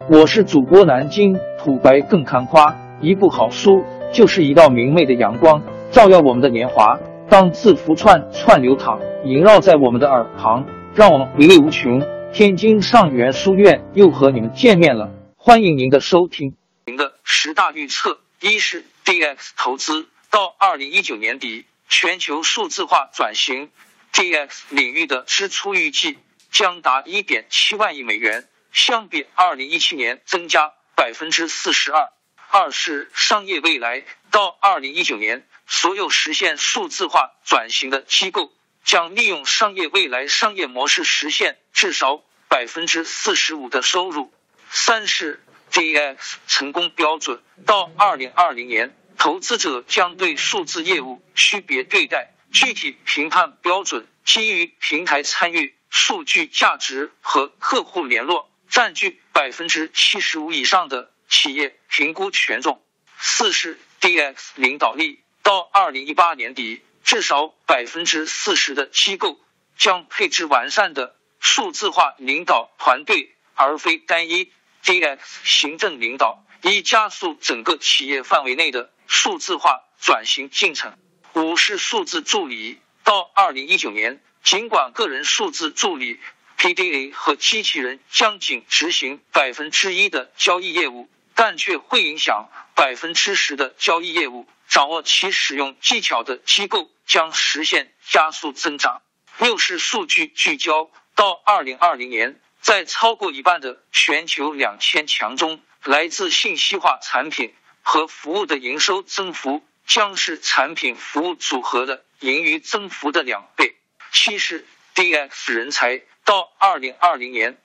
我是主播南京土白更看花，一部好书就是一道明媚的阳光，照耀我们的年华。当字符串流淌，萦绕在我们的耳旁，让我们回味无穷。天津上元书院又和你们见面了，欢迎您的收听。您的10大预测：一是 DX 投资，到2019年底，全球数字化转型 DX 领域的支出预计将达 1.7万亿美元，相比2017年增加 42%。二是商业未来，到2019年，所有实现数字化转型的机构将利用商业未来商业模式实现至少 45% 的收入。三是 DX 成功标准，到2020年，投资者将对数字业务区别对待，具体评判标准基于平台参与、数据价值和客户联络，占据 75% 以上的企业评估权重。四是 DX 领导力，到2018年底，至少 40% 的机构将配置完善的数字化领导团队，而非单一 DX 行政领导，以加速整个企业范围内的数字化转型进程。五是数字助理，到2019年，尽管个人数字助理 PDA 和机器人将仅执行 1% 的交易业务，但却会影响 10% 的交易业务，掌握其使用技巧的机构将实现加速增长。六是数据聚焦，到2020年，在超过一半的全球2000强中，来自信息化产品和服务的营收增幅将是产品服务组合的盈余增幅的2倍。七是 DX 人才，到2020年，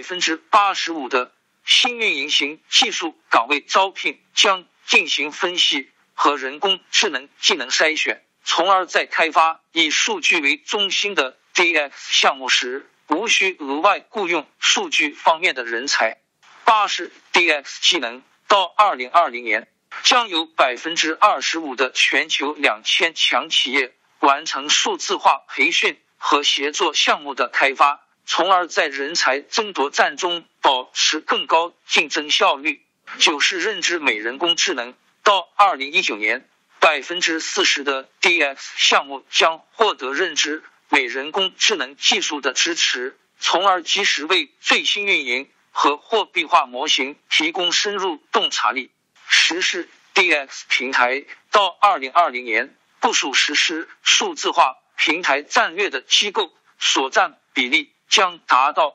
85% 的新运营型技术岗位招聘将进行分析和人工智能技能筛选，从而在开发以数据为中心的 DX 项目时，无需额外雇佣数据方面的人才。八是 DX 技能，到2020年，将有 25% 的全球2000强企业完成数字化培训和协作项目的开发，从而在人才争夺战中保持更高竞争效率。九是认知美人工智能，到2019年， 40% 的 DX 项目将获得认知美人工智能技术的支持，从而及时为最新运营和货币化模型提供深入洞察力。十是 DX 平台，到2020年，部署实施数字化平台战略的机构所占比例将达到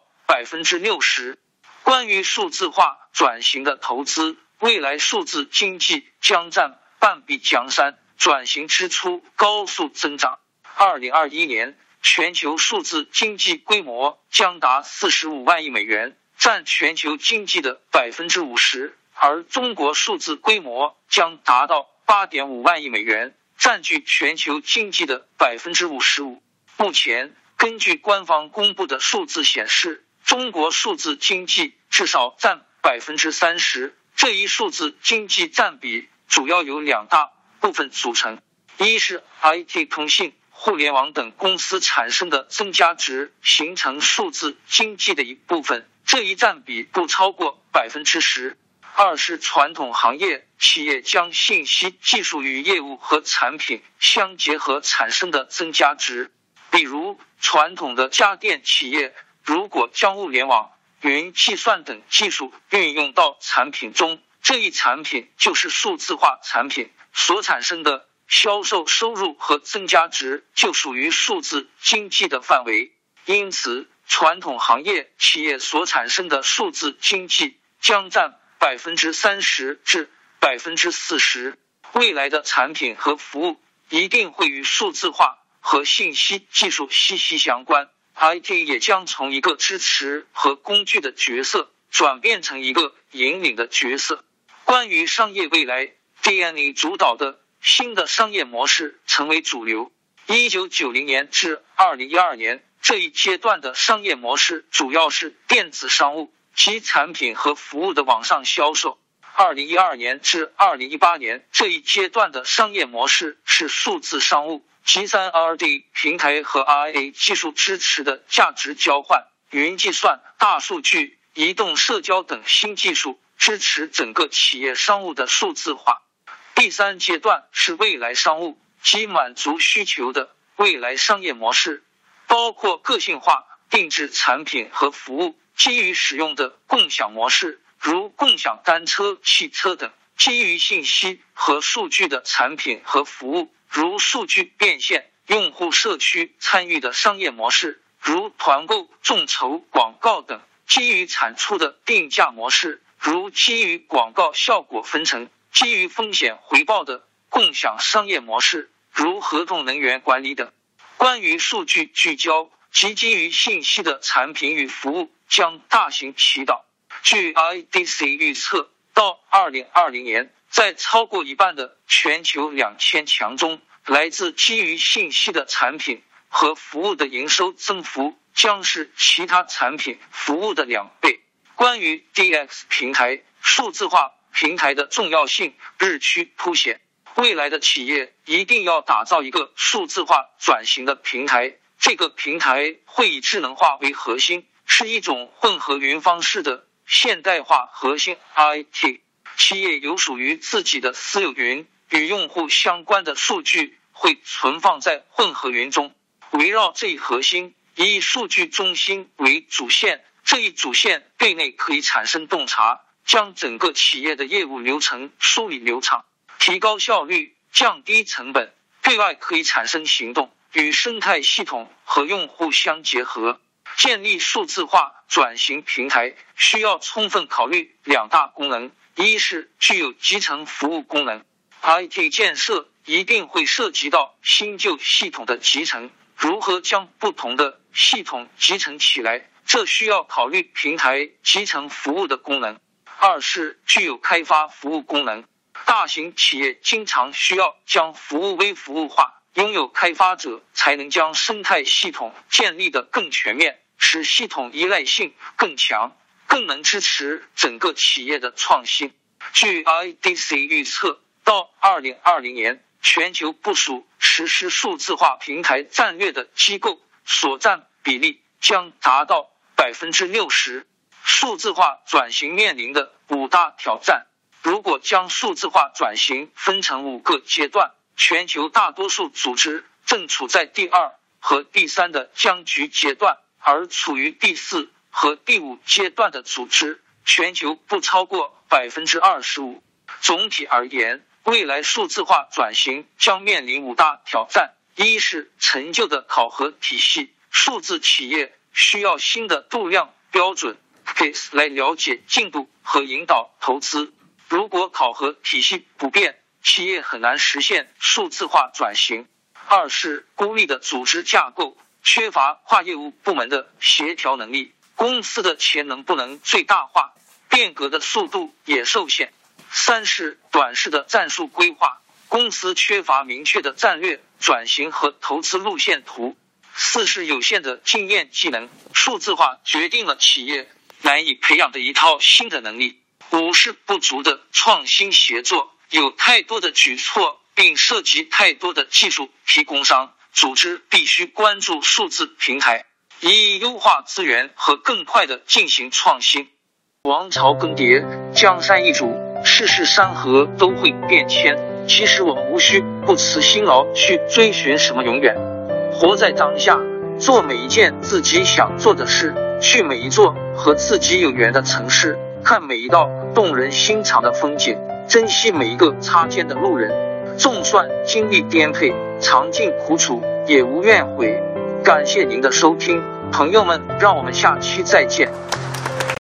60%。 关于数字化转型的投资，未来数字经济将占半壁江山，转型支出高速增长。2021年，全球数字经济规模将达45万亿美元，占全球经济的 50%， 而中国数字规模将达到 8.5 万亿美元，占据全球经济的 55%。 目前，根据官方公布的数字显示，中国数字经济至少占 30%， 这一数字经济占比主要由2大部分组成。一是 IT 通信、互联网等公司产生的增加值形成数字经济的一部分，这一占比不超过 10%。二是传统行业企业将信息技术与业务和产品相结合产生的增加值，比如传统的家电企业如果将物联网、云计算等技术运用到产品中，这一产品就是数字化产品，所产生的销售收入和增加值就属于数字经济的范围。因此，传统行业企业所产生的数字经济将占 30% 至 40%。 未来的产品和服务一定会与数字化和信息技术息息相关， IT 也将从一个支持和工具的角色转变成一个引领的角色。关于商业未来， DNA 主导的新的商业模式成为主流。1990年至2012年这一阶段的商业模式主要是电子商务及产品和服务的网上销售。2012年至2018年这一阶段的商业模式是数字商务及 3RD 平台和 RIA 技术支持的价值交换、云计算、大数据、 移动社交等新技术，支持整个企业商务的数字化。第3阶段是未来商务，即满足需求的未来商业模式，包括个性化定制产品和服务，基于使用的共享模式，如共享单车、汽车等；基于信息和数据的产品和服务，如数据变现、用户社区参与的商业模式，如团购、众筹、广告等；基于产出的定价模式，如基于广告效果分成；基于风险回报的共享商业模式，如合同能源管理等。关于数据聚焦及基于信息的产品与服务将大行其道。据 IDC 预测，到2020年，在超过一半的全球2000强中，来自基于信息的产品和服务的营收增幅将是其他产品服务的2倍。关于 DX 平台、数字化平台的重要性日趋凸显。未来的企业一定要打造一个数字化转型的平台，这个平台会以智能化为核心，是一种混合云方式的现代化核心 IT。 企业有属于自己的私有云，与用户相关的数据会存放在混合云中，围绕这一核心，以数据中心为主线，这一主线对内可以产生洞察，将整个企业的业务流程梳理流畅，提高效率，降低成本；对外可以产生行动，与生态系统和用户相结合。建立数字化转型平台需要充分考虑2大功能，一是具有集成服务功能。 IT 建设一定会涉及到新旧系统的集成，如何将不同的系统集成起来，这需要考虑平台集成服务的功能。二是具有开发服务功能。大型企业经常需要将服务微服务化，拥有开发者才能将生态系统建立得更全面，使系统依赖性更强，更能支持整个企业的创新。据 IDC 预测，到2020年，全球部署实施数字化平台战略的机构所占比例将达到 60%。 数字化转型面临的5大挑战。如果将数字化转型分成5个阶段，全球大多数组织正处在第2和第3的僵局阶段，而处于第4和第5阶段的组织，全球不超过 25%。 总体而言，未来数字化转型将面临5大挑战。一是陈旧的考核体系，数字企业需要新的度量标准 case 来了解进度和引导投资。如果考核体系不变，企业很难实现数字化转型。二是孤立的组织架构，缺乏跨业务部门的协调能力，公司的潜能不能最大化，变革的速度也受限。三是短视的战术规划，公司缺乏明确的战略转型和投资路线图。四是有限的经验技能，数字化决定了企业难以培养的一套新的能力。五是不足的创新协作，有太多的举措并涉及太多的技术提供商，组织必须关注数字平台，以优化资源和更快的进行创新。王朝更迭，江山易主，世事山河都会变迁，其实我们无需不辞辛劳去追寻什么永远，活在当下，做每一件自己想做的事，去每一座和自己有缘的城市，看每一道动人心肠的风景，珍惜每一个擦肩的路人。纵算经历颠沛，尝尽苦楚，也无怨悔。感谢您的收听，朋友们，让我们下期再见。